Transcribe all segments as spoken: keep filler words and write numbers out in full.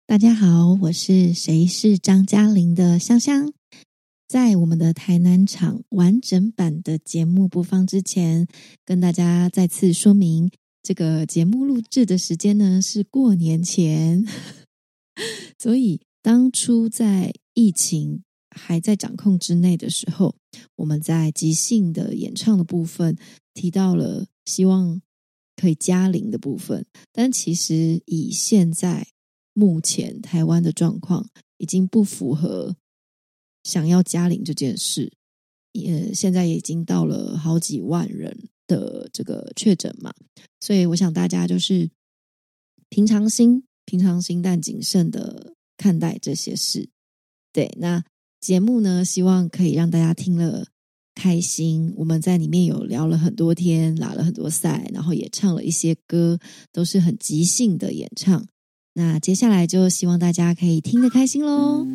大家好，我是谁是张嘉玲的香香。在我们的台南场完整版的节目播放之前，跟大家再次说明，这个节目录制的时间呢是过年前，所以当初在疫情还在掌控之内的时候，我们在即兴的演唱的部分提到了希望可以加零的部分，但其实以现在目前台湾的状况已经不符合想要加零这件事，也现在也已经到了好几万人的这个确诊嘛，所以我想大家就是平常心平常心但谨慎的看待这些事。对，那节目呢希望可以让大家听了开心，我们在里面有聊了很多天，拉了很多赛，然后也唱了一些歌，都是很即兴的演唱。那接下来就希望大家可以听得开心咯。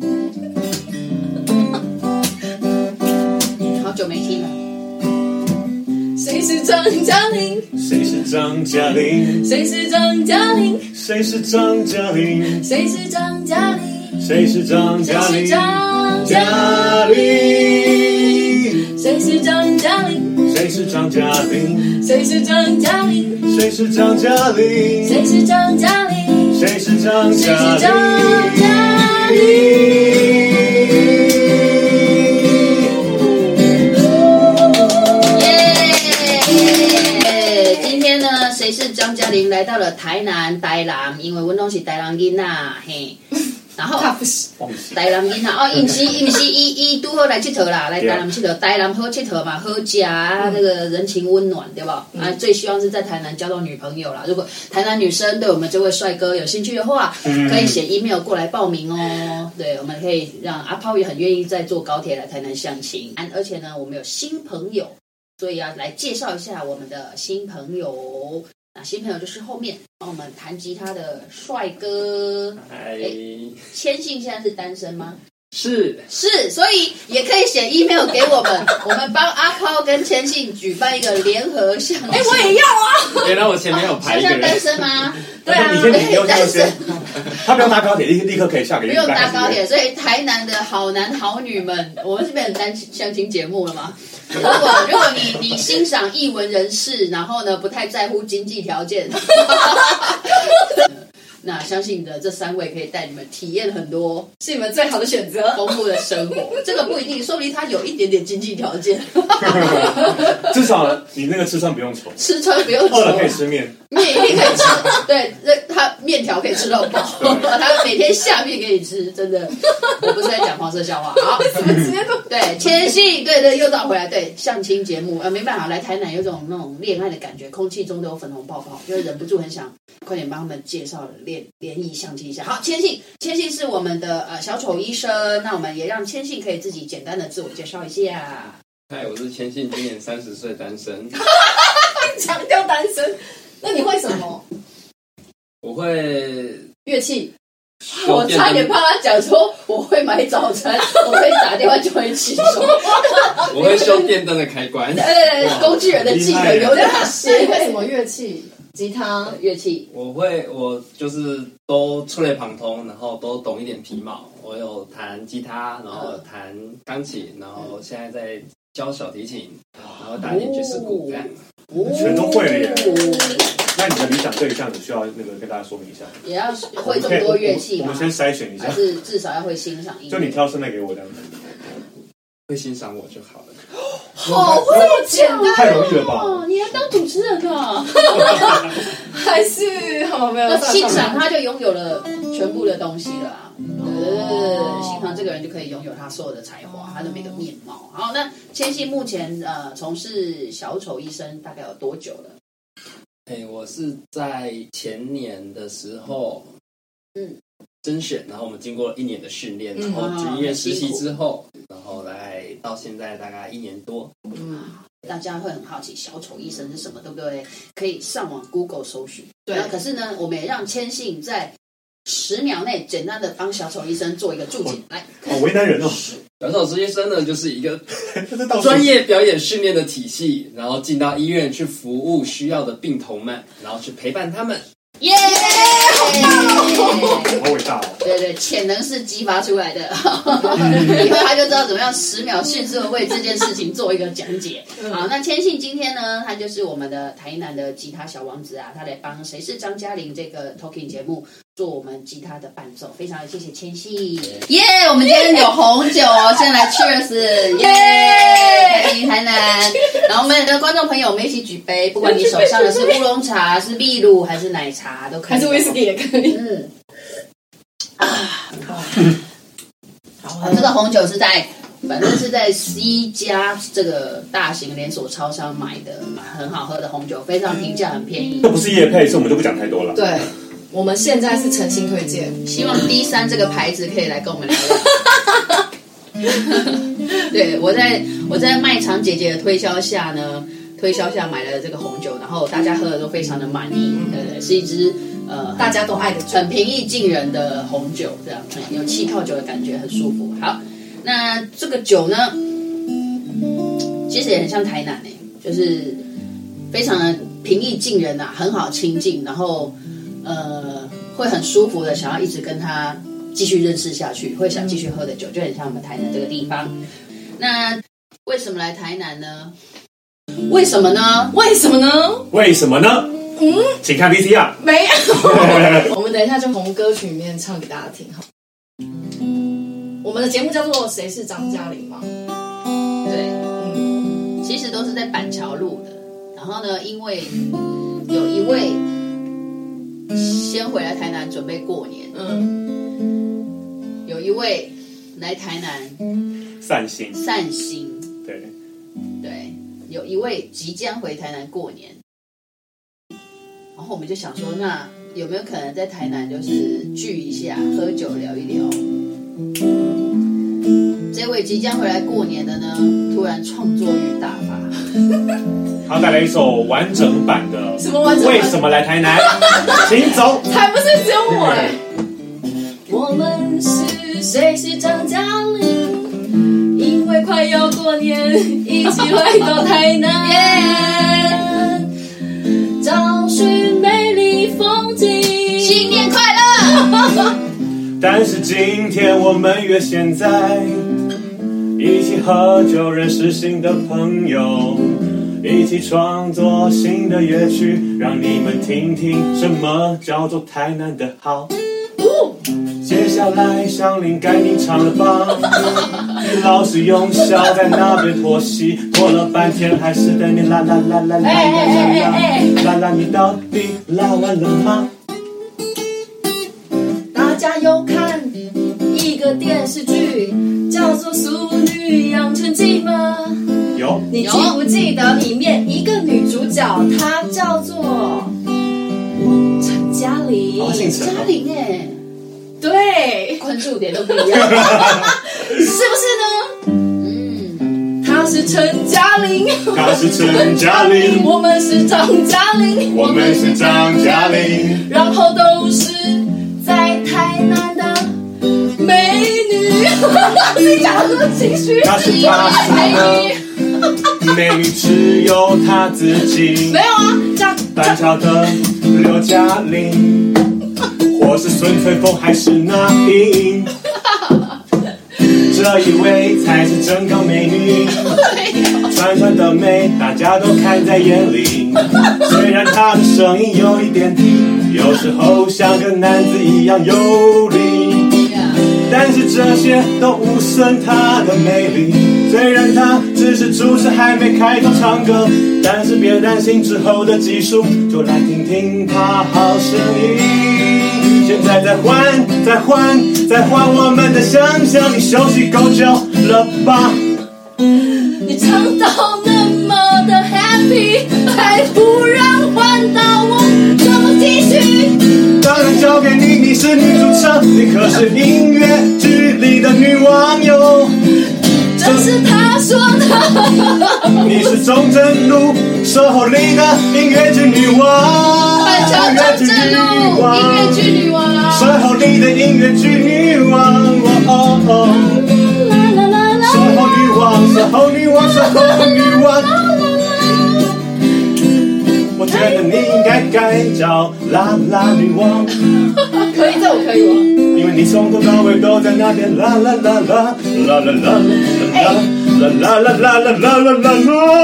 好久没听了。谁是张嘉玲？ 谁是张嘉玲？ 谁是张嘉玲？ 谁是张嘉玲？ 谁是张嘉玲？ 谁是张嘉玲？ 嘉玲？谁是张嘉玲？ 谁是张嘉玲？ 谁是张嘉玲？ 谁是张嘉玲？ 谁是张嘉玲？ 谁是张嘉玲？ 耶！今天呢，谁是张嘉玲来到了台南台南，因为我拢是台南囡仔，嘿。然后台南囡仔哦，伊毋是伊毋是伊伊拄好来佚佗啦，来台南佚佗，台南好佚佗嘛，好食啊，那个人情温暖，对吧？啊，最希望是在台南交到女朋友啦。如果台南女生对我们这位帅哥有兴趣的话，可以写 email 过来报名哦。对，我们可以让阿抛也很愿意再坐高铁来台南相亲，而且呢，我们有新朋友，所以要来介绍一下我们的新朋友。那新朋友就是后面帮我们弹吉他的帅哥。 嗨， 千信现在是单身吗？ 是是，所以也可以写 email 给我们，我们帮阿抛跟千信举办一个联合相亲。哎，我也要啊！ 原来我前面有排一个人。 香香单身吗？ 对啊，你先，你又先先，他不用搭高铁，立立刻可以下个月。 不用搭高铁，所以台南的好男好女们，我们是变成单相亲节目了吗？如果如果你你欣赏艺文人士，然后呢不太在乎经济条件，那相信的这三位可以带你们体验很多，是你们最好的选择，丰富的生活。这个不一定，说不定他有一点点经济条件， 至少你那个吃穿不用愁， 吃穿不用愁， 饿了可以吃面， 面一定可以吃，对，他面条可以吃到饱，他每天下面给你吃，真的，我不是在讲黄色笑话。好，对，千信，对对，又找回来，对，相亲节目，呃，没办法，来台南有种那种恋爱的感觉，空气中都有粉红泡泡，就忍不住很想快点帮他们介绍联联谊相亲一下。好，千信，千信是我们的呃小丑医生，那我们也让千信可以自己简单的自我介绍一下。 嗨，我是千信，今年三十岁，单身。 强调单身，那你会什么？ 我会乐器。我差点怕他讲说我会买早餐，我可以打电话就会起床。 我会修电灯的开关。 对对对，工具人的技能有点些。 会什么乐器？吉他、 乐器。 我会，我就是都触类旁通，然后都懂一点皮毛。我有弹吉他，然后有弹钢琴，然后现在在教小提琴，然后打点爵士鼓这样。 全都会了耶！那你的理想对象，你需要那个跟大家说明一下， 也要会这么多乐器吗？ 我们先筛选一下， 还是至少要会欣赏音乐？ 就你挑声带给我这样子， 会欣赏我就好了。 哦，这么简单， 太容易了吧？ 你还当主持人呢？ 还是好没有欣赏他就拥有了全部的东西了啊！呃，欣赏这个人就可以拥有他所有的才华，他的每个面貌。好，那千信目前呃从事小丑医生大概有多久了？ 哎，我是在前年的时候，嗯，甄选，然后我们经过了一年的训练，然后军医院实习之后，然后来到现在大概一年多。 嗯，大家会很好奇小丑医生是什么，对不对？可以上网 Google 搜寻。 对， 可是呢，我们也让千信在十秒内简单的帮小丑医生做一个注解，来。 好为难人哦。 小丑医生呢，就是一个专业表演训练的体系，然后进到医院去服务需要的病童们，然后去陪伴他们。 耶、yeah! 好伟大哦！ 对对，潜能是激发出来的，以后他就知道怎么样十秒迅速的为这件事情做一个讲解。好，那千信今天呢，他就是我们的台南的吉他小王子啊，他来帮《谁是张嘉玲》这个 Talking 节目做我们吉他的伴奏，非常谢谢千信。耶、yeah, 我们今天有红酒哦，先来 Cheers， 耶、yeah, 开心台南。然后我们的观众朋友，我们一起举杯，不管你手上的是乌龙茶、是秘鲁还是奶茶都可以， 还是 whisky 也可以。 嗯，啊，好，好，这个红酒是在。反正是在 C 家这个大型连锁超商买的，很好喝的红酒，非常平价，很便宜。 这不是业配，所以我们就不讲太多了。 对，我们现在是诚心推荐， 希望 D 三这个牌子可以来跟我们聊聊。对，我在我在卖场姐姐的推销下呢，推销下买了这个红酒，然后大家喝的都非常的满意。呃，是一支呃大家都爱的酒， 很平易近人的红酒，这样有气泡酒的感觉，很舒服。好。那这个酒呢，其实也很像台南诶、欸，就是非常的平易近人啊，很好亲近，然后呃会很舒服的想要一直跟他继续认识下去，会想继续喝的酒，就很像我们台南这个地方。那为什么来台南呢？为什么呢？ 为什么呢？ 为什么呢？嗯，请看 V C R。 没有，我们等一下就从歌曲里面唱给大家听哈。我们的节目叫做《谁是张嘉玲》嘛？ 对，嗯，其实都是在板桥录的。然后呢，因为有一位先回来台南准备过年，嗯，有一位来台南散心， 散心， 对， 对，有一位即将回台南过年，然后我们就想说，那有没有可能在台南就是聚一下，喝酒聊一聊？这位即将回来过年的呢，突然创作欲大发， 他带来一首完整版的什么完整版？ 为什么来台南？请走。 才不是只有我哎、欸！我们是谁是张嘉玲？因为快要过年，一起来到台南， yeah! 找寻美丽风景。 新年快乐！ 但是今天我们约现在一起喝酒，认识新的朋友，一起创作新的乐曲，让你们听听什么叫做台南的好。接下来香菱该你唱了吧？你老是用笑在那边拖戏，拖了半天还是等你啦啦啦啦啦啦啦啦啦，你到底拉完了吗？ 大家有看一个电视剧叫做《俗女养成记》吗？ 有。 你记不记得里面一个女主角，她叫做陈嘉玲？ 哦，姓陈。 嘉玲哎， 对， 关注点都不一样， 是不是呢？嗯，她是陈嘉玲， 她是陈嘉玲， 我们是张嘉玲， 我们是张嘉玲， 然后都是在台南的美女。自己讲的很心虚。 她是她是的美女，只有她自己。 没有啊，讲板桥的刘嘉玲，或是孙翠凤，还是那英，这一位才是真高美女。川川的美，大家都看在眼里。虽然她的声音有一点低，有时候像个男子一样有力，但是这些都无损她的魅力。虽然她只是主持还没开口唱歌，但是别担心之后的技术，就来听听她好声音。现在再换再换再换我们的想象，你休息够久了吧？ 你唱到那么的 happy， 才突然换到我怎么继续？ 当然交给你，你是女主唱，你可是音乐剧里的女王哟。 这是他说的。 你是中正路售后里的音乐剧女王， 板桥中正路音乐剧女王， 售后里的音乐剧女王，哦哦，售后女王，售后女王，售后女王。我觉得你应该改叫啦啦女王。 可以，这我可以吗？ 因为为你从头到尾都在那边啦啦啦啦啦啦啦啦啦啦啦啦啦啦啦啦啦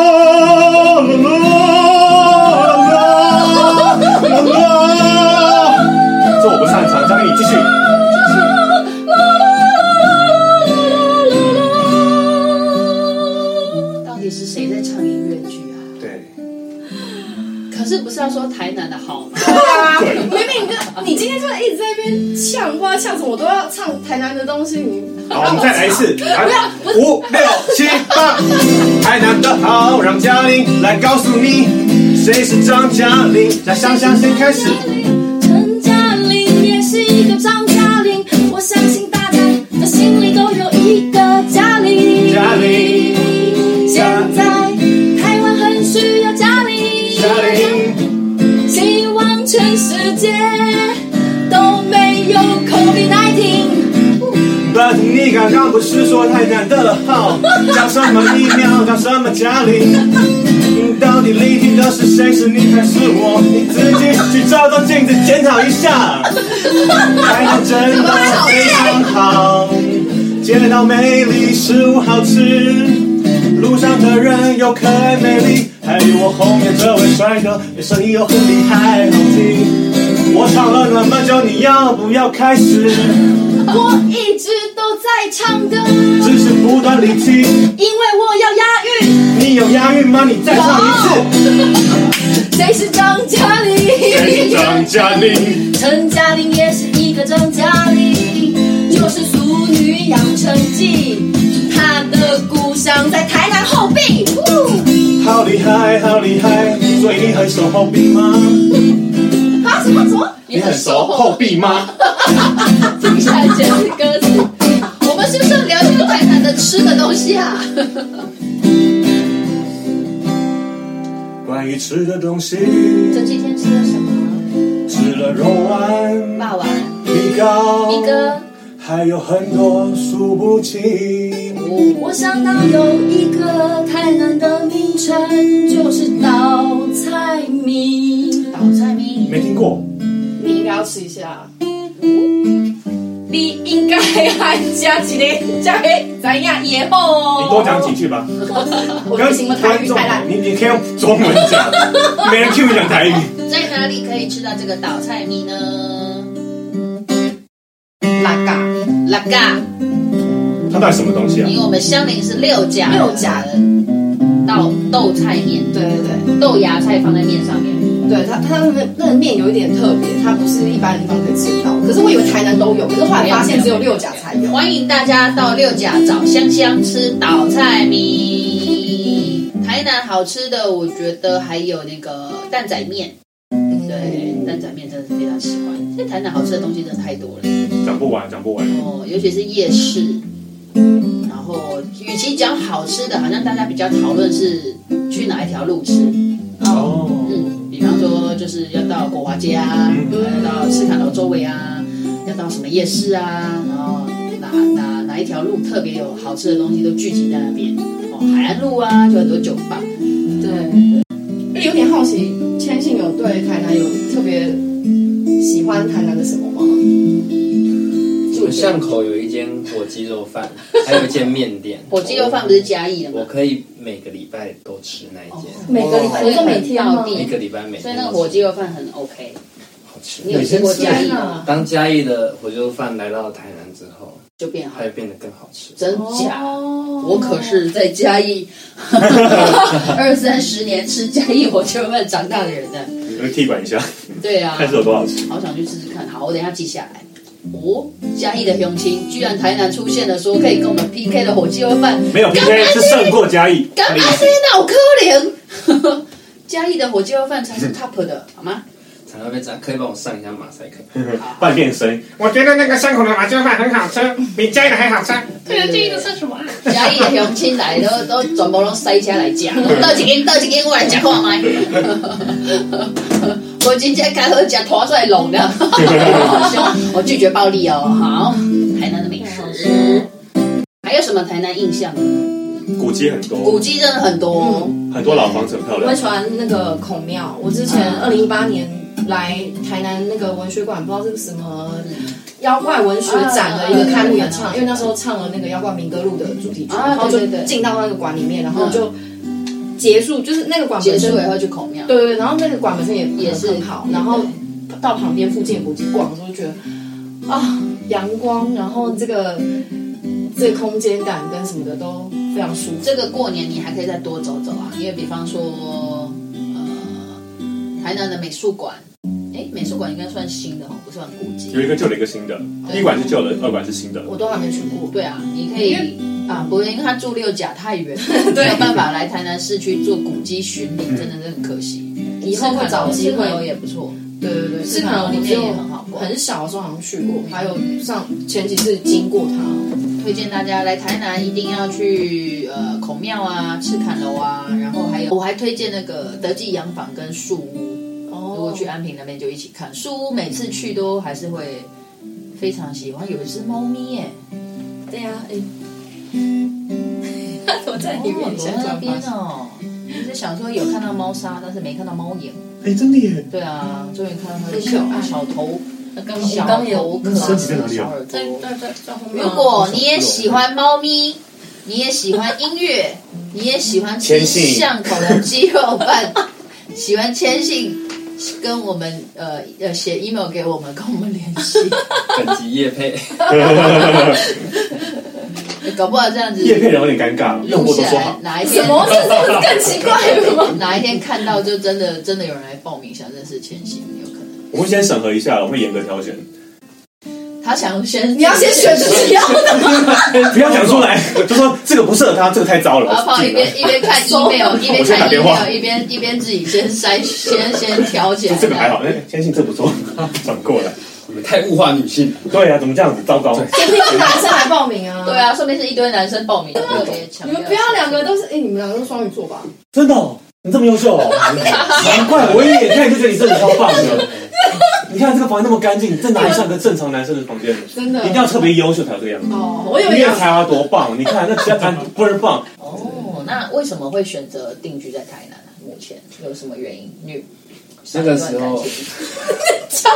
啦啦，这我不擅长，交给你继续。 到底是谁在唱音乐剧啊？ 对。 可是不是要说台南的好吗？ 对啊，明明哥，你今天就一直在那边呛，不知道呛什么，我都要唱台南的东西。你好，我们再来一次，来，五六七八，台南的好，让嘉玲来告诉你，谁是张嘉玲？让香香先开始。 陈嘉玲也是一个张嘉玲，我相信大家的心里都有一个嘉玲。 嘉玲， 现在台湾很需要嘉玲。 嘉玲， 希望全世界都没有 COVID 十九。 But 你刚刚不是说台南的好，讲什么疫苗，讲什么嘉玲？到底离题的是谁？是你还是我？你自己去照照镜子检讨一下。台南真的非常好，街道美丽，食物好吃，路上的人又可爱美丽，还有我后面这位帅哥，声音又很厉害好听。我唱了那么久，你要不要开始？ 我一直都在唱歌， 只是不断离题， 因为我要押韵。 你有押韵吗？你再唱一次。 谁是张嘉玲？ 谁是张嘉玲？ 陈嘉玲也是一个张嘉玲，就是《淑女养成记》，她的故乡在台南后壁。 好厉害，好厉害！所以你很熟后壁吗？ 啊，什么什么？ 你很熟后壁吗？ 听下来全是歌词。我们是不是要聊一个台南的吃的东西啊？ 关于吃的东西， 这几天吃了什么？ 吃了肉丸、 霸王、 米糕、 米糕， 还有很多数不清。 我想到有一个台南的名称，就是倒菜米。 倒菜米没听过， 你应该要吃一下。你应该还加一个，才会知影以后哦。 你多讲几句吧。 我不行，我台语太烂。 你你可以用中文讲，没人听我讲台语。 在哪里可以吃到这个倒菜米呢？ 拉嘎拉嘎， 它到底什么东西啊？ 因为我们香菱是六甲六甲的豆豆菜面， 对对对， 豆芽菜放在面上面。 对它它那个那个面有一点特别，它不是一般地方可以吃到。可是我以为台南都有，可是后来发现只有六甲才有。 欢迎大家到六甲找香香吃倒菜米。台南好吃的，我觉得还有那个蛋仔面。对，蛋仔面真的是非常喜欢。现在台南好吃的东西真的太多了， 讲不完，讲不完。 哦，尤其是夜市。然后，与其讲好吃的，好像大家比较讨论是去哪一条路吃。 哦， 嗯，比方说就是要到国华街啊， 嗯、 要到赤坎楼周围啊，要到什么夜市啊，然后哪哪哪一条路特别有好吃的东西都聚集在那边。哦，海岸路啊，就很多酒吧。 对，有点好奇，千信有对台南有特别喜欢台南的什么吗？ 我们巷口有一间火鸡肉饭，还有一间面店。 火鸡肉饭不是嘉义的吗？ 我可以每个礼拜都吃那一间。 每个礼拜，我说每天吗？ 一个礼拜每天。 所以那个火鸡肉饭很 OK。 好吃。 你有吃过嘉义的吗？ 当嘉义的火鸡肉饭来到台南之后， 就变好， 它会变得更好吃。 真假？我可是在嘉义二三十年吃嘉义火鸡肉饭长大的人呢。 你们踢馆一下。 对啊。 看是有多好吃。 好想去试试看。好，我等一下记下来。哦，嘉义的雄青居然台南出现了，说可以跟我们 P K 的火鸡肉饭， 没有 P K 是胜过嘉义。 干嘛这脑壳灵？嘉义的火鸡肉饭才是 top 的，好吗？ 常常被这样，可以帮我上一下马赛克。 半变声，我觉得那个巷口的麻椒饭很好吃，比嘉义的还好吃。 对啊，嘉义的吃什么？嘉义的雄青来都都全部都塞车来吃，倒一间倒一间，我来吃看卖。我今天开喝吃拖出来弄的，我拒绝暴力哦。好，台南的美食，还有什么台南印象？ 古迹很多， 古迹真的很多， 嗯、 很多老房子很漂亮。 我很喜欢那个孔庙，我之前二零一八年来台南那个文学馆，不知道是什么妖怪文学展的一个开幕演唱，因为那时候唱了那个妖怪民歌录的主题曲， 啊、 然后就进到那个馆里面，然后就结束，就是那个馆结束以后去孔庙， 对对，然后那个馆本身也也是很好，然后到旁边附近的古迹逛的时候，就觉得啊，阳光，然后这个这个空间感跟什么的都非常舒服。 这个过年你还可以再多走走啊，因为比方说呃，台南的美术馆。哎，美术馆应该算新的哦，不算古迹。 有一个旧的，一个新的。第一馆是旧的，二馆是新的。 我都还没去过。 对啊，你可以啊，不过因为他住六甲太远，没有办法来台南市区做古迹巡礼，真的是很可惜。 以后会找机会也不错。 对对对， 赤坎楼里面也很好逛。 很小的时候好像去过，还有上前几次经过它。 推荐大家来台南一定要去呃孔庙啊、赤坎楼啊，然后还有我还推荐那个德记洋房跟树屋。如果去安平那边就一起看树屋，每次去都还是会非常喜欢。有一只猫咪耶， 对呀、啊，哎，它躲在里面， 躲在那边哦。就是想说有看到猫砂，但是没看到猫眼。 哎，真的耶！ 对啊，终于看到它的小小头， 刚小头可爱的小耳朵。 在在在在后面。 如果你也喜欢猫咪，你也喜欢音乐，你也喜欢吃巷口的鸡肉饭，喜欢签信。跟我们呃呃写 email 给我们，跟我们联系。 本集业配， 搞不好这样子业配人有点尴尬，用过都说好。 哪一天什么？这是更奇怪了吗？ 哪一天看到就真的真的有人来报名想认识千玺，有可能。 我会先审核一下，我会严格挑选。 他想先， 你要先选自己要的吗？ 不要讲出来，就说这个不适合他，这个太糟了。 然后一边一边看 email， 一边看 email， 一边一边自己先筛，先先调起来。 这个还好，那相信这不错，转过来。 你们太物化女性。 对啊，怎么这样子？糟糕！说不定是男生来报名啊。 对啊，说明是一堆男生报名。 你们不要两个都是，哎，你们两个都是双鱼座吧？ 真的哦，你这么优秀哦，难怪我一眼看就觉得你真的超棒的。你看这个房间那么干净，这哪里像个正常男生的房间？ 真的， 一定要特别优秀才有这个样子。 哦，我以为你的才华多棒！你看那其他谈倍儿棒。 哦，那为什么会选择定居在台南呢？目前有什么原因？女那个时候， 唱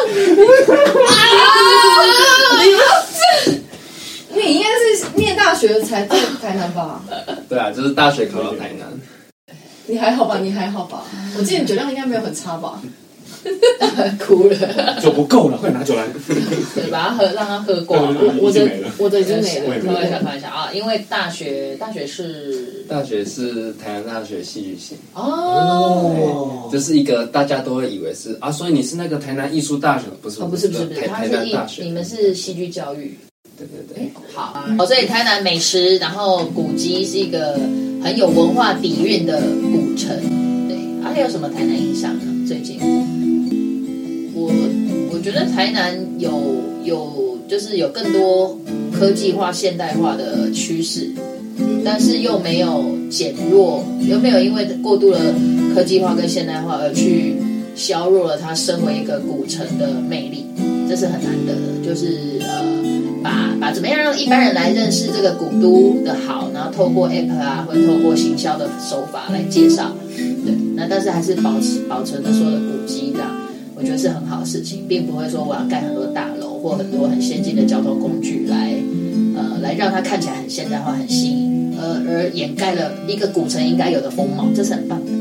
你你应该是念大学才在台南吧？ 对啊，就是大学考到台南。 你还好吧？你还好吧？我记得你酒量应该没有很差吧？ 哭了， 酒不够了，快拿酒来。 对，把它喝，让它喝光。 我的我的已经没了。 开玩笑，开玩笑啊！因为大学大学是大学是台南大学戏剧系哦， 这是一个大家都会以为是啊，所以你是那个台南艺术大学不是？ 哦，不是不是不是，它是艺，你们是戏剧教育。 对对对， 好哦，所以台南美食，然后古迹是一个很有文化底蕴的古城。对，啊，还有什么台南印象呢？最近？我我觉得台南有有就是有更多科技化、现代化的趋势，但是又没有减弱，又没有因为过度的科技化跟现代化而去削弱了它身为一个古城的魅力，这是很难得的。就是呃，把把怎么样让一般人来认识这个古都的好，然后透过 app 啊，或者透过行销的手法来介绍，对，那但是还是保持保存着所有的古迹这样。我觉得是很好的事情，并不会说我要盖很多大楼或很多很先进的交通工具来，呃，来让它看起来很现代化、很新颖，而而掩盖了一个古城应该有的风貌，这是很棒的。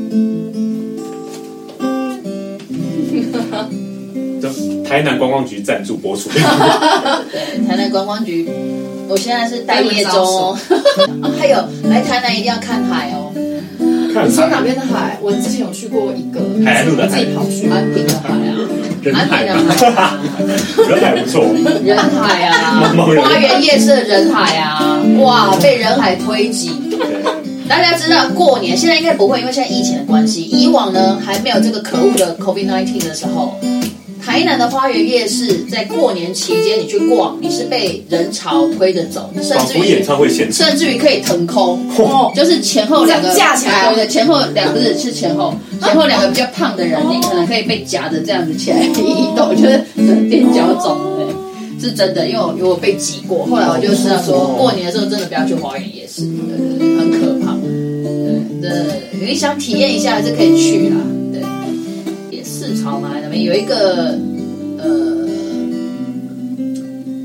台南观光局赞助播出。 对，台南观光局，我现在是待业中哦。啊，还有来台南一定要看海哦。 你说哪边的海？我之前有去过一个海岸路的海， 自己跑去安平的海啊， 人海安平的海， 人海不错， 人海啊，花园夜市的人海啊，哇，被人海推挤。大家知道过年现在应该不会，因为现在疫情的关系。以往呢还没有这个可恶的 COVID 十九 的时候，台南的花园夜市在过年期间你去逛，你是被人潮推着走，甚至于演唱会现场， 甚至于可以腾空，哦，就是前后两个架起来， 对对，前后两个是前后，前后两个比较胖的人，你可能可以被夹着这样子起来移动，就是踮脚走，对，是真的，因为我因为我被挤过，后来我就知道说，过年的时候真的不要去花园夜市，对对对，很可怕，对对，你想体验一下还是可以去啦，对，也四朝嘛那边有一个呃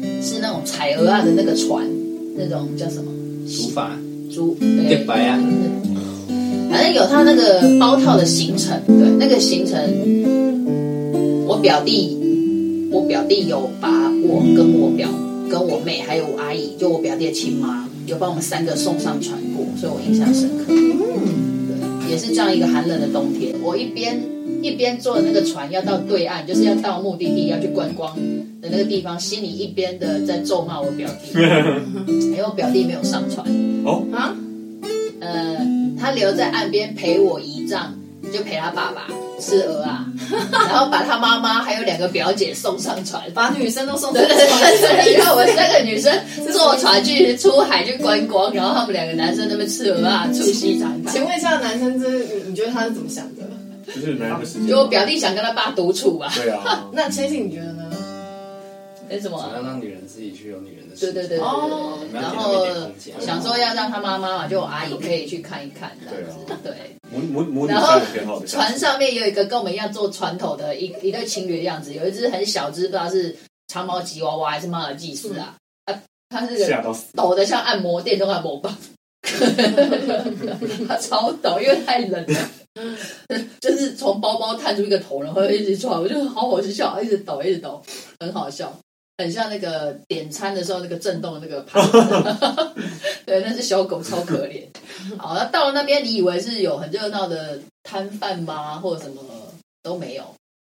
种采鹅啊的那个船，那种叫什么？ 竹筏。 竹对白啊。 反正有他那个包套的行程，对那个行程，我表弟，我表弟有把我跟我表跟我妹还有我阿姨，就我表弟的亲妈，有帮我们三个送上船过，所以我印象深刻。嗯，对，也是这样一个寒冷的冬天，我一边一边坐那个船要到对岸，就是要到目的地要去观光的那个地方，心里一边的在咒骂我表弟，因为我表弟没有上船。 哦啊，呃。他留在岸边陪我姨丈，就陪他爸爸吃鹅啊，然后把他妈妈还有两个表姐送上船， 把女生都送上船。对对对，因为我们三个女生坐船去出海去观光，然后他们两个男生那边吃鹅啊，促膝长谈。 请问一下，男生这你觉得他是怎么想的？ 就是男人的时间。 就我表弟想跟他爸独处吧。 对啊。 那千信你觉得呢？ 为什么？ 想要让女人自己去有女人的时间。 对对对对对。 哦。 然后想说要让他妈妈嘛，就我阿姨可以去看一看这样子。对。 母母母女然后挺好的。 船上面有一个跟我们一样做船头的一一对情侣的样子，有一只很小只，不知道是长毛吉娃娃还是马尔济斯啊。啊，它是个抖的像按摩电动按摩棒。它超抖，因为太冷了。就是从包包探出一个头，然后一直转，我就好好笑，一直抖，一直抖，很好笑，很像那个点餐的时候那个震动的那个盘。对，那是小狗，超可怜。好，那到了那边，你以为是有很热闹的摊贩吗，或者什么都没有。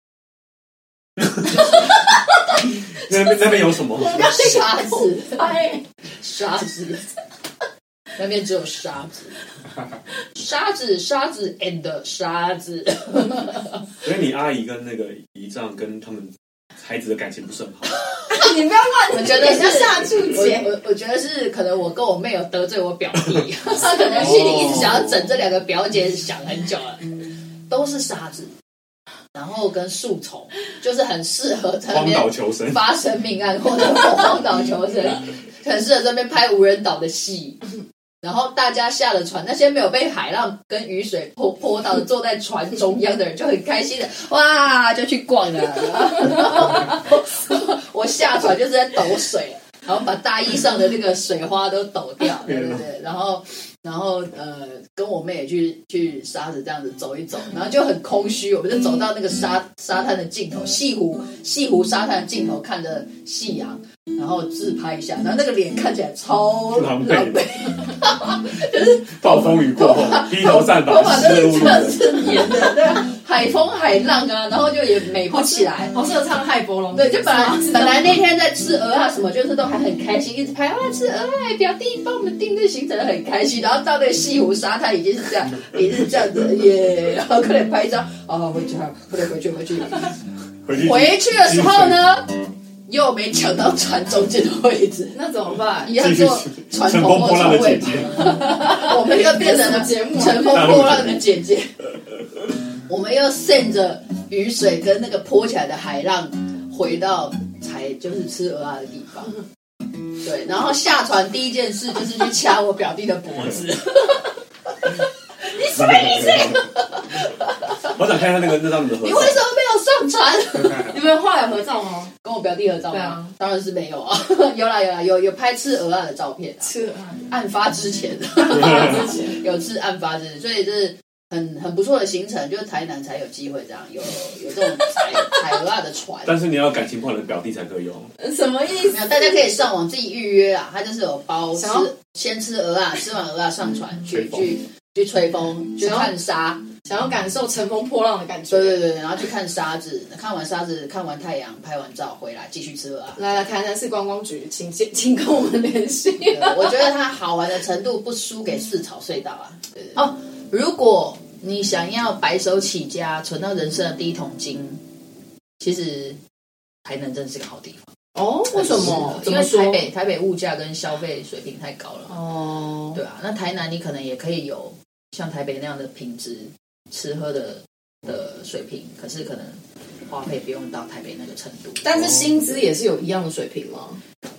那边那边有什么？ 沙子，沙子。那边只有沙子，沙子，沙子 and 沙子。 所以你阿姨跟那个姨丈跟他们孩子的感情不是很好。 你不要乱， 我觉得是下注解。 我我觉得是可能我跟我妹有得罪我表弟，他可能心里一直想要整这两个表姐，想很久了，都是沙子。然后跟树丛，就是很适合在那边发生命案或者荒岛求生，很适合这边拍无人岛的戏。然后大家下了船，那些没有被海浪跟雨水泼泼到的，坐在船中央的人就很开心的，哇，就去逛了。然后我下船就是在抖水，然后把大衣上的那个水花都抖掉，对对对。然后，然后呃，跟我妹也去去沙子这样子走一走，然后就很空虚。我们就走到那个沙沙滩的尽头，西湖西湖沙滩的尽头，看着夕阳。然后自拍一下，然后那个脸看起来超狼狈，就是暴风雨过后，披头散发，湿漉漉的， 是黏的，对，海风海浪啊，然后就也美不起来， 好适合唱海波龙。 对，就本来本来那天在吃鹅啊什么，就是都还很开心，一直拍啊吃鹅啊，表弟帮我们订这行程很开心，然后到那个西湖沙滩已经是这样，已经是这样子耶，然后快点拍一张啊，回去啊，快点回去回去，回去的时候呢？又没抢到船中间的位置， 那怎么办？ 一样做船头或船尾吧。我们又变成了节目乘风破浪的姐姐。我们又顺着雨水跟那个泼起来的海浪，回到才就是吃鹅啊的地方。对，然后下船第一件事就是去掐我表弟的脖子。你什么意思？ 我想看一下那个那张你的合照。 你为什么没有上船？ 你们后来有合照吗？ 跟我表弟合照吗？ 对啊， 当然是没有啊。有啦有啦有有拍吃鹅啊的照片、啊。 吃鹅案发之前，有吃案发之前，所以就是很很不错的行程，就是台南才有机会这样有有这种采采鹅啊的船。 但是你要感情不好的表弟才可以用。 什么意思？ 没有，大家可以上网自己预约啊，他就是有包吃，先吃鹅啊，吃完鹅啊上船去去。去吹风，去看沙， 想要感受乘风破浪的感觉。 对对对，然后去看沙子，看完沙子，看完太阳，拍完照回来继续吃鹅啊。 来来，台南市观光局，请请跟我们联系。 我觉得它好玩的程度不输给四草隧道啊。对对对哦，如果你想要白手起家，存到人生的第一桶金，其实台南真是个好地方。 哦，为什么？ 因为台北台北物价跟消费水平太高了。 哦， 对啊，那台南你可能也可以有像台北那样的品质，吃喝的的水平，可是可能花费不用到台北那个程度。 但是薪资也是有一样的水平吗？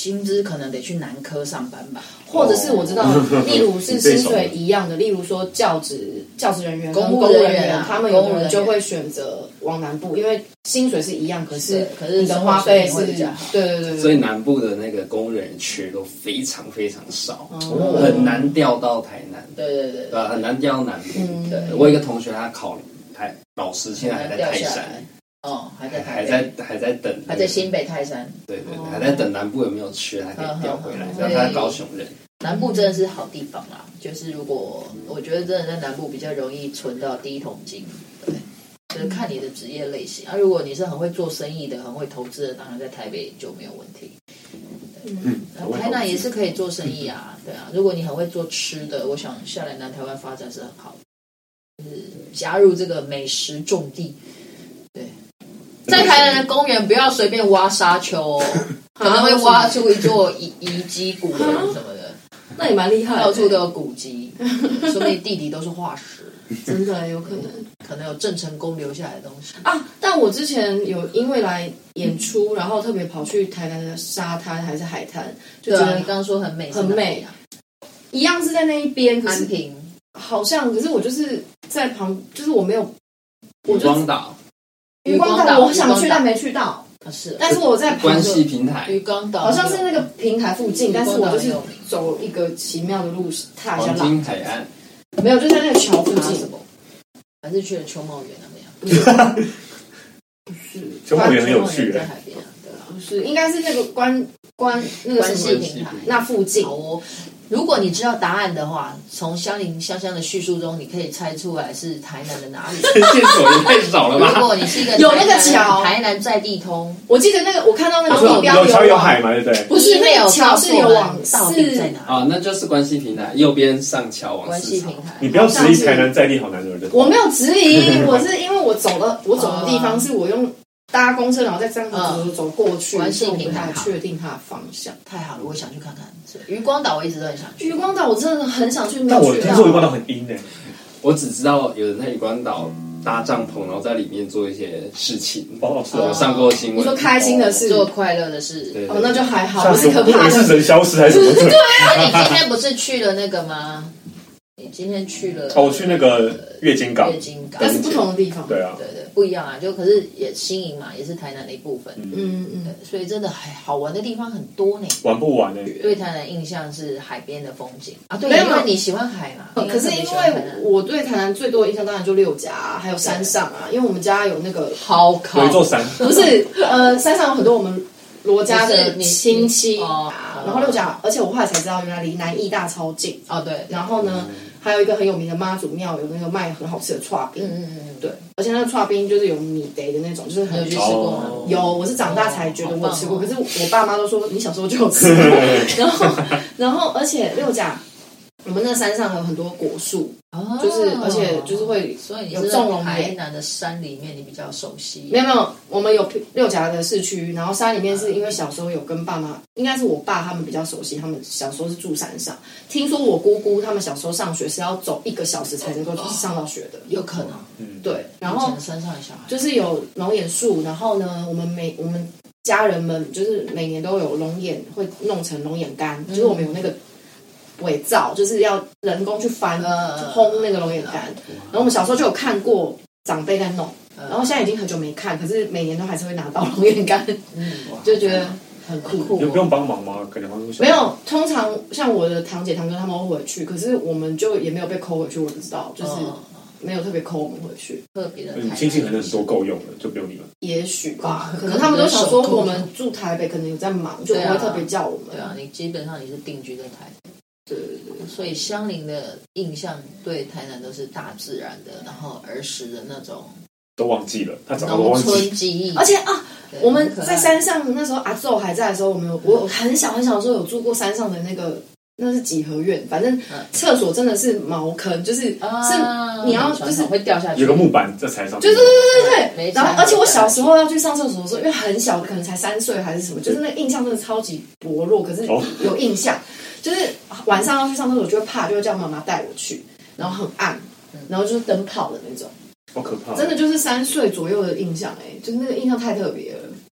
薪资可能得去南科上班吧， 或者是我知道，例如是薪水一样的，例如说教职教职人员、 公务人员啊， 他们有的人就会选择往南部，因为薪水是一样，可是可是你的花费是，对对对， 所以南部的那个公务人员缺都非常非常少，哦、很难调到台南。 对对对， 对，很难调到南部。 嗯、 对，我有一个同学他考台老师，现在还在泰山。 哦，还在还在还在等， 还在新北泰山。 对对对，还在等南部有没有缺，他可以调回来。然后他是高雄人。 南部真的是好地方啦，就是如果我觉得真的在南部比较容易存到第一桶金，对，就是看你的职业类型啊。如果你是很会做生意的、很会投资的，当然在台北就没有问题。嗯，台南也是可以做生意啊，对啊。如果你很会做吃的，我想下来南台湾发展是很好的，就是加入这个美食重地。对，在台南的公园不要随便挖沙丘哦，可能会挖出一座遗遗迹古人什么的。 那也蛮厉害的， 到处都有古迹，说不定地底都是化石， 真的有可能， 可能有郑成功留下来的东西啊。但我之前有因为来演出，然后特别跑去台南的沙滩还是海滩，就觉得你刚刚说很美， 很美啊，一样是在那一边，可是安平好像，可是我就是在旁，就是我没有， 渔光岛， 渔光岛我想去但没去到。 是， 但是我在关系平台， 渔光岛好像是那个平台附近，但是我就是走一个奇妙的路，踏一下黄金海岸， 没有，就在那个桥附近， 还是去了秋茂园那边？ 不是， 秋茂园很有趣， 在海边，对啊， 不是，应该是那个关关那个关系平台那附近。 好哦，如果你知道答案的话，从香菱香香的叙述中，你可以猜出来是台南的哪里。 线索也太少了吧？ 如果你是一个有那个桥， 台南在地通， 我记得那个我看到那个地标有桥有海嘛，对不对？ 不是，那个桥是有往到底在哪？ 啊，那就是关系平台右边上桥往关系平台。 你不要质疑台南在地好难的。 我没有质疑，我是因为我走的我走的地方是我用。搭公车，然后再这样子走走过去， 关系平台确定它的方向。 太好了，我想去看看。渔光岛我一直都很想去。 渔光岛我真的很想去， 但我听说渔光岛很阴诶。 我只知道有人在渔光岛搭帐篷，然后在里面做一些事情。 哦，是我上过新闻。 你说开心的事， 做快乐的事。 哦，那就还好，不是可怕的。 是人消失还是什么？ 对啊，你今天不是去了那个吗？你今天去了？ 哦，我去那个月经港。 月经港， 但是不同的地方。 对啊， 对对，不一样啊。就可是也新营嘛，也是台南的一部分。 嗯嗯， 所以真的还好玩的地方很多呢。 玩不完呢？ 对台南印象是海边的风景啊，对，因为你喜欢海嘛。 可是因为我对台南最多的印象当然就六甲，还有山上啊，因为我们家有那个好烤， 有一座山， 不是呃，山上有很多我们罗家的亲戚啊，然后六甲，而且我后来才知道，原来离南艺大超近哦，对， 然后呢。还有一个很有名的妈祖庙，有那个卖很好吃的串冰，嗯嗯嗯，对，而且那个串冰就是有米得的那种，就是很有去吃过吗？ 有，我是长大才觉得我吃过，可是我爸妈都说你小时候就有吃过，然后然后而且六甲我们那山上有很多果树，哦、就是而且就是会有纵容台南的山里面，你比较熟悉。 没有没有，我们有六甲的市区，然后山里面是因为小时候有跟爸妈，应该是我爸他们比较熟悉，他们小时候是住山上。听说我姑姑他们小时候上学是要走一个小时才能够上到学的， 有可能。 嗯，对。然后山上的小孩就是有龙眼树，然后呢，我们每我们家人们就是每年都有龙眼会弄成龙眼干，嗯、就是我们有那个。伪造就是要人工去翻烘那个龙眼干，然后我们小时候就有看过长辈在弄，然后现在已经很久没看，可是每年都还是会拿到龙眼干，就觉得很酷。 有不用帮忙吗？可能没有，通常像我的堂姐堂哥他们会回去，可是我们就也没有被扣回去，我不知道，就是没有特别扣我们回去。 特别的， 亲戚可能很多够用了，就不用你们。 也许吧，可能他们都想说我们住台北，可能有在忙，就不会特别叫我们。 对啊，你基本上你是定居在台北。 对对对， 所以香菱的印象对台南都是大自然的，然后儿时的那种都忘记了，他早都忘记。 农村记忆， 而且啊，我们在山上那时候阿昼还在的时候，我们有我很小很小的时候有住过山上的那个那是几合院，反正厕所真的是茅坑，就是是你要就是会掉下去， 有个木板在踩上， 就是对对对对。然后而且我小时候要去上厕所的时候，因为很小，可能才三岁还是什么，就是那个印象真的超级薄弱，可是有印象。就是晚上要去上厕所就会怕，就会叫妈妈带我去，然后很暗，然后就是灯泡的那种， 好可怕， 真的就是三岁左右的印象哎、欸，就是那个印象太特别了。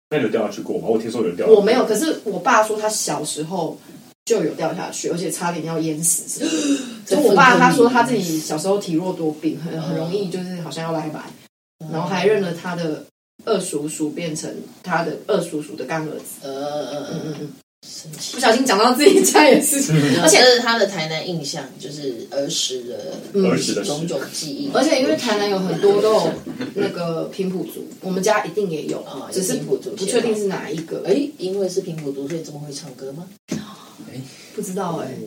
那你有掉下去过吗？我听说有人掉下去。 我没有，可是我爸说他小时候就有掉下去，而且差点要淹死。就我爸他说他自己小时候体弱多病，很很容易就是好像要来白，然后还认了他的二叔叔变成他的二叔叔的干儿子。呃呃嗯嗯嗯。不小心讲到自己家也是， 而且这是他的台南印象，就是儿时的儿时的种种记忆。 而且因为台南有很多都有那个平埔族，我们家一定也有，只是不确定是哪一个。 哎，因为是平埔族，所以这么会唱歌吗？ 哎，不知道哎。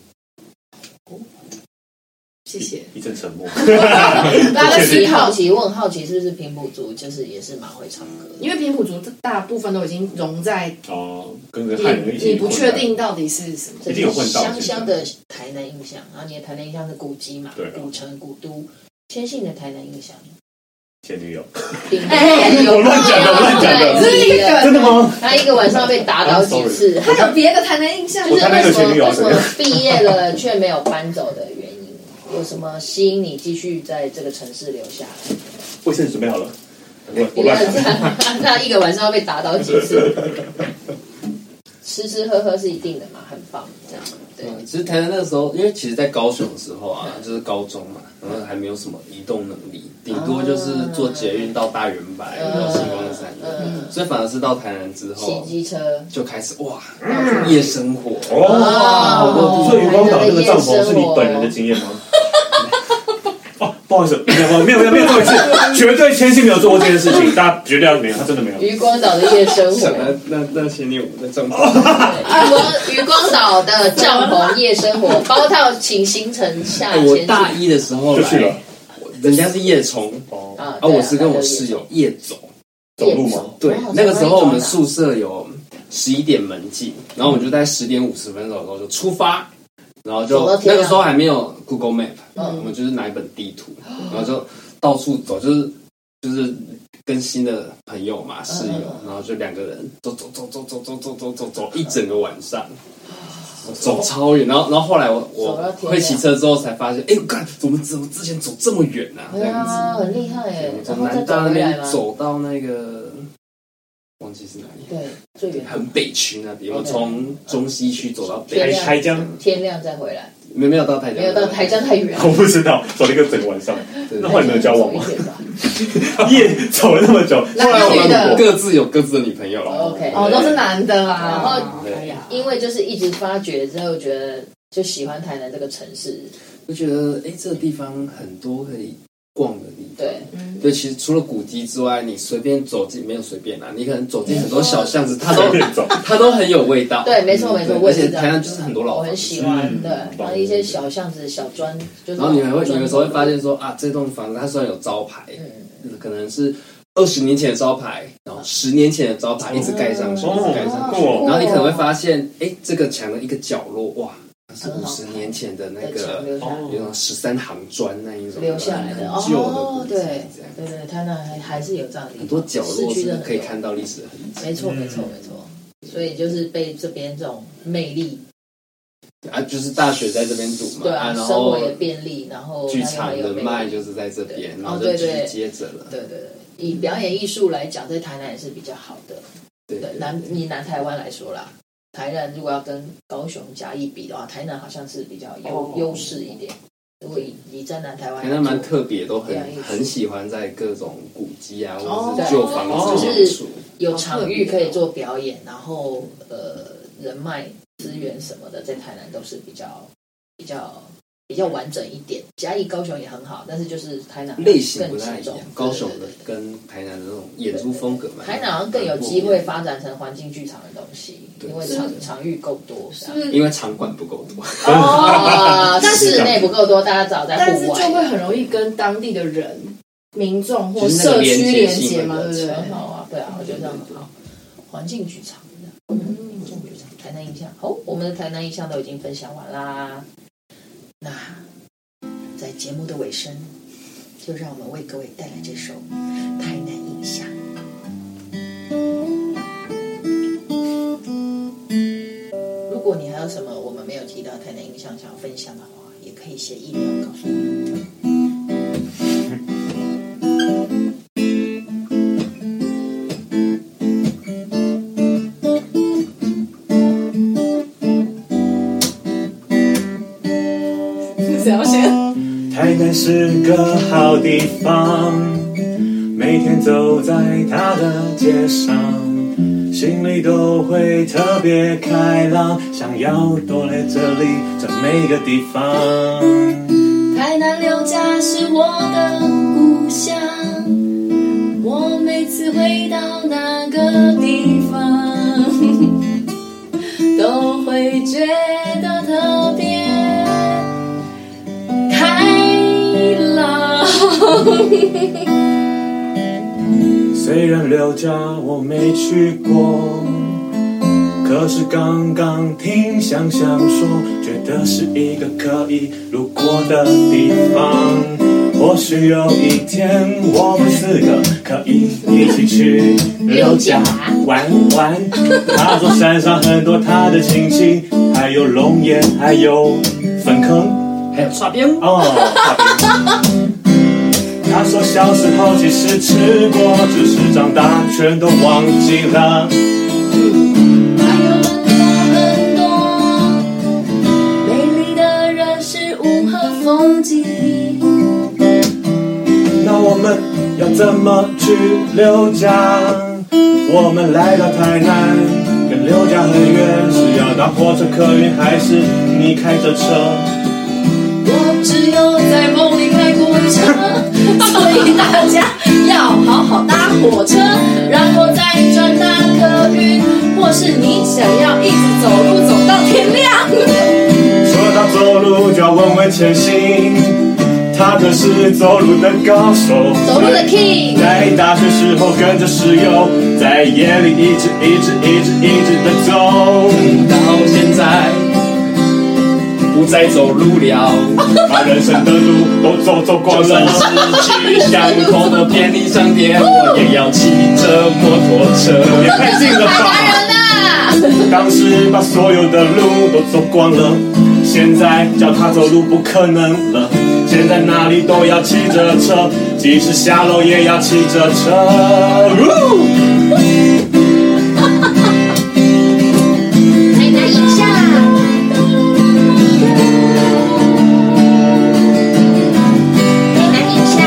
谢谢。 一阵沉默。 大家很好奇，我很好奇，是不是平埔族就是也是蛮会唱歌？ 因为平埔族大部分都已经融在哦，跟着汉人一起。 你不确定到底是什么？ 一定有混到。 香香的台南印象，然后你的台南印象是古迹嘛， 对， 古城古都。千信的台南印象， 前女友。 我乱讲的，乱讲的，真的吗？ 他一个晚上被打倒几次？ 他有别的台南印象？ 就是为什么为什么毕业了却没有搬走的原因？有什么吸引你继续在这个城市留下来？ 卫生纸准备好了，我我乱讲。他一个晚上要被打倒几次？吃吃喝喝是一定的嘛，很棒，这样。对， 嗯，其实台南那个时候，因为其实，在高雄的时候啊，就是高中嘛，然后还没有什么移动能力，顶多就是坐捷运到大圆白、到星光三月，所以反而是到台南之后， 骑机车就开始哇，夜生活哦。所以渔光岛那个帐篷是你本人的经验吗？哦，不好意思，没有没有没有没有做一次，绝对千信没有做过这件事情，大家绝对要没有，他真的没有。 渔光岛的夜生活， 那那那前年我们的帐篷， 渔光渔光岛的帐篷夜生活包套，请行程下。 我大一的时候就去了， 人家是夜冲哦，啊，我是跟我室友夜走， 走路吗？ 对，那个时候我们宿舍有十一点门禁，然后我们就在十点五十分的时候就出发。然后就那个时候还没有 Google Map，嗯，我们就是拿一本地图，然后就到处走，就是就是跟新的朋友嘛，室友，然后就两个人走走走走走走走走走走一整个晚上，走超远。然后然后后来我我会骑车之后才发现，哎，我看我们怎么之前走这么远啊？这样子很厉害哎， 从南大那边走到那个。忘记是哪里？ 对，最远很北区那边，我从中西区走到北台江， 天亮再回来。 没没有到台江， 没有到台江太远， 我不知道，走了一个整个晚上。那后来没有交往吗？夜走了那么久， 后来我们各自有各自的女朋友了。 OK， 哦，都是男的啦。 然后，因为就是一直发掘之后，觉得就喜欢台南这个城市， 就觉得哎，这个地方很多可以逛的地方。 对， 对，其实除了古迹之外，你随便走进没有随便啦，你可能走进很多小巷子，它都它都很有味道。 对，没错没错， 而且台南就是很多老， 我很喜欢。对，然后一些小巷子、小砖， 然后你还会有的时候会发现说啊，这栋房子它虽然有招牌，可能是二十年前的招牌，然后十年前的招牌一直盖上去，一直盖上去，然后你可能会发现，哎，这个墙的一个角落，哇。是五十年前的那个，有种十三行砖那一种留下来的旧的哦，对对对，它那还还是有这样的很多角落是可以看到历史的痕迹。 没错没错没错，所以就是被这边这种魅力啊，就是大学在这边读嘛， 对啊， 然后生活也便利，然后剧场的卖就是在这边，然后就继续接着了。 对对对，以表演艺术来讲，在台南也是比较好的。对南以南台湾来说啦。台南如果要跟高雄嘉义比的话，台南好像是比较优优势一点。如果以以在南台湾， 台南蛮特别，都很很喜欢在各种古迹啊，或者是旧房子， 就是有场域可以做表演，然后呃人脉资源什么的，在台南都是比较比较比较完整一点。嘉义、高雄也很好，但是就是台南类型不太一样。高雄的跟台南的那种演出风格嘛， 台南好像更有机会发展成环境剧场的东西。因为场场域够多， 是因为场馆不够多哦，室内不够多，大家找在户外， 但是就会很容易跟当地的人、民众或社区连接嘛，对不对？ 很好啊，对啊，我觉得这样很好。环境剧场，嗯，环境剧场，台南印象，好，我们的台南印象都已经分享完啦。那在节目的尾声，就让我们为各位带来这首《台南印象》。如果你还有什么我们没有提到台南印象想要分享的话，也可以写 email 告诉我们。 谁要先？ 台南是个好地方，每天走在它的街上，心里都会特别开朗，想要多来这里这每个地方。 台南六甲是我的故乡，我每次回到那个地方，都会觉得特别开朗。 虽然六甲我没去过，可是刚刚听香香说，觉得是一个可以路过的地方。或许有一天我们四个可以一起去六甲玩玩。那座山上很多他的亲戚，还有龙眼，还有粉坑， 还有刷冰哦，刷冰。他说小时候其实吃过，只是长大全都忘记了。 还有很多很多美丽的人事物和风景。 那我们要怎么去六甲？我们来到台南，跟六甲很远，是要搭火车客运，还是你开着车？ 我只有在梦里开过车，所以大家要好好搭火车，然后再转搭客运，或是你想要一直走路走到天亮。 说到走路就要问问千行，他可是走路的高手， 走路的 king。 在大学时候跟着室友，在夜里一直一直一直一直的走， 到现在不再走路了， 把人生的路都走走光了。 就算是去巷口的便利商店，我也要骑着摩托车。 也太近了吧！当时把所有的路都走光了，现在叫他走路不可能了。现在哪里都要骑着车，即使下楼也要骑着车。 台南影像，台南影像，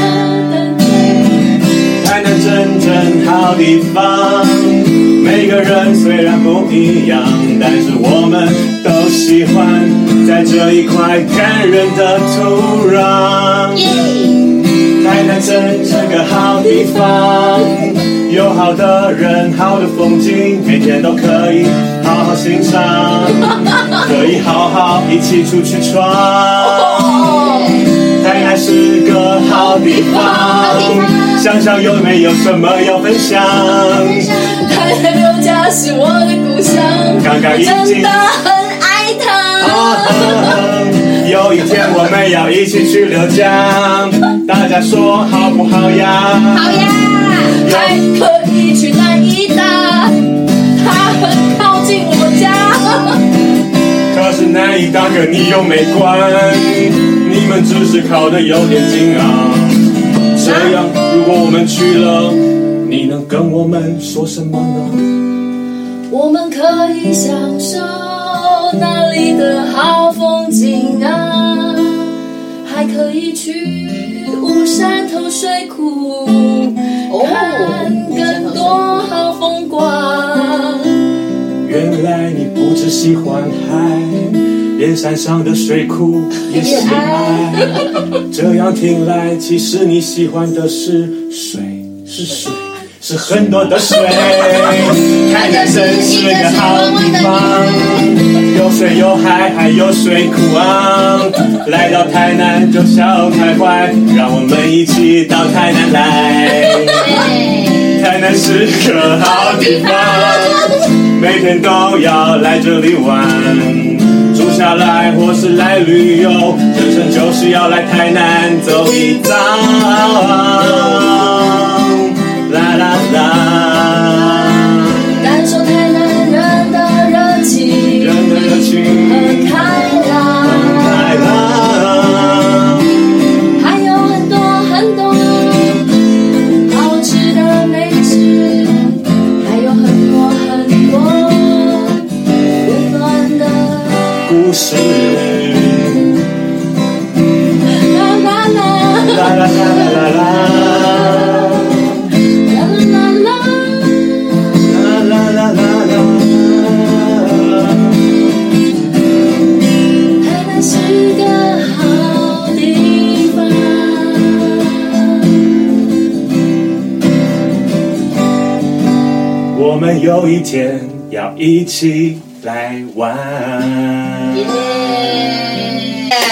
台南真正好地方，每个人虽然不一样，但是我们都喜欢在这一块感人的土壤。台南真是个好地方，有好的人，好的风景，每天都可以好好欣赏，可以好好一起出去闯。台南是个好地方，想想有没有什么要分享？ 台南六甲是我的故乡， 刚刚已经真的很爱它。 有一天我们要一起去六甲，大家说好不好呀？ 好呀，还可以去南医大，它很靠近我家。 可是南医大跟你又没关，你们只是靠得有点近啊。这样如果我们去了，你能跟我们说什么呢？ 我们可以享受那里的好风景啊，还可以去雾山头水库，看更多好风光。 原来你不只喜欢海，连山上的水库也喜爱。这样听来，其实你喜欢的是水，是水，是很多的水。台南真是个好地方，有水有海还有水库啊！来到台南就笑开怀，让我们一起到台南来。台南是个好地方，每天都要来这里玩，住下来或是来旅游，人生就是要来台南走一遭。啦啦啦， 感受台南人的热情， 人的热情很开朗， 很开朗， 还有很多很多好吃的美食，还有很多很多温暖的故事。 有一天要一起来玩。 耶、yeah ！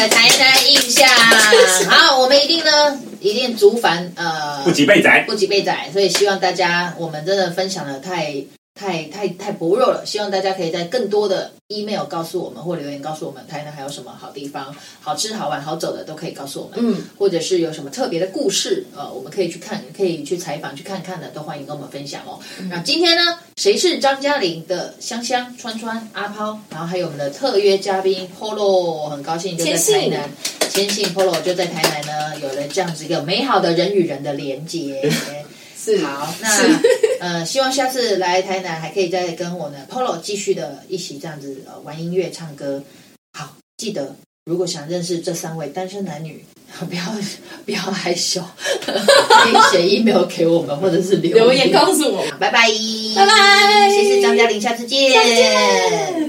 台南印象，好，我们一定呢，一定竹凡呃， 不及被宰， 不及被宰，所以希望大家，我们真的分享的太。太太太薄弱了，希望大家可以在更多的 email 告诉我们，或留言告诉我们，台南还有什么好地方、好吃、好玩、好走的，都可以告诉我们。嗯，或者是有什么特别的故事，呃，我们可以去看，可以去采访、去看看的，都欢迎跟我们分享哦。嗯、那今天呢，谁是张嘉玲的香香、川川、阿抛，然后还有我们的特约嘉宾 Polo， 很高兴就在台南，千信 Polo 就在台南呢，有了这样子一个美好的人与人的连结。是好，那呃，希望下次来台南还可以再跟我呢 Polo 继续的一起这样子呃玩音乐、唱歌。好，记得如果想认识这三位单身男女，不要不要害羞，可以写 email 给我们，或者是留言留言告诉我。 拜拜， 拜拜， 谢谢张嘉玲，下次见。 再见。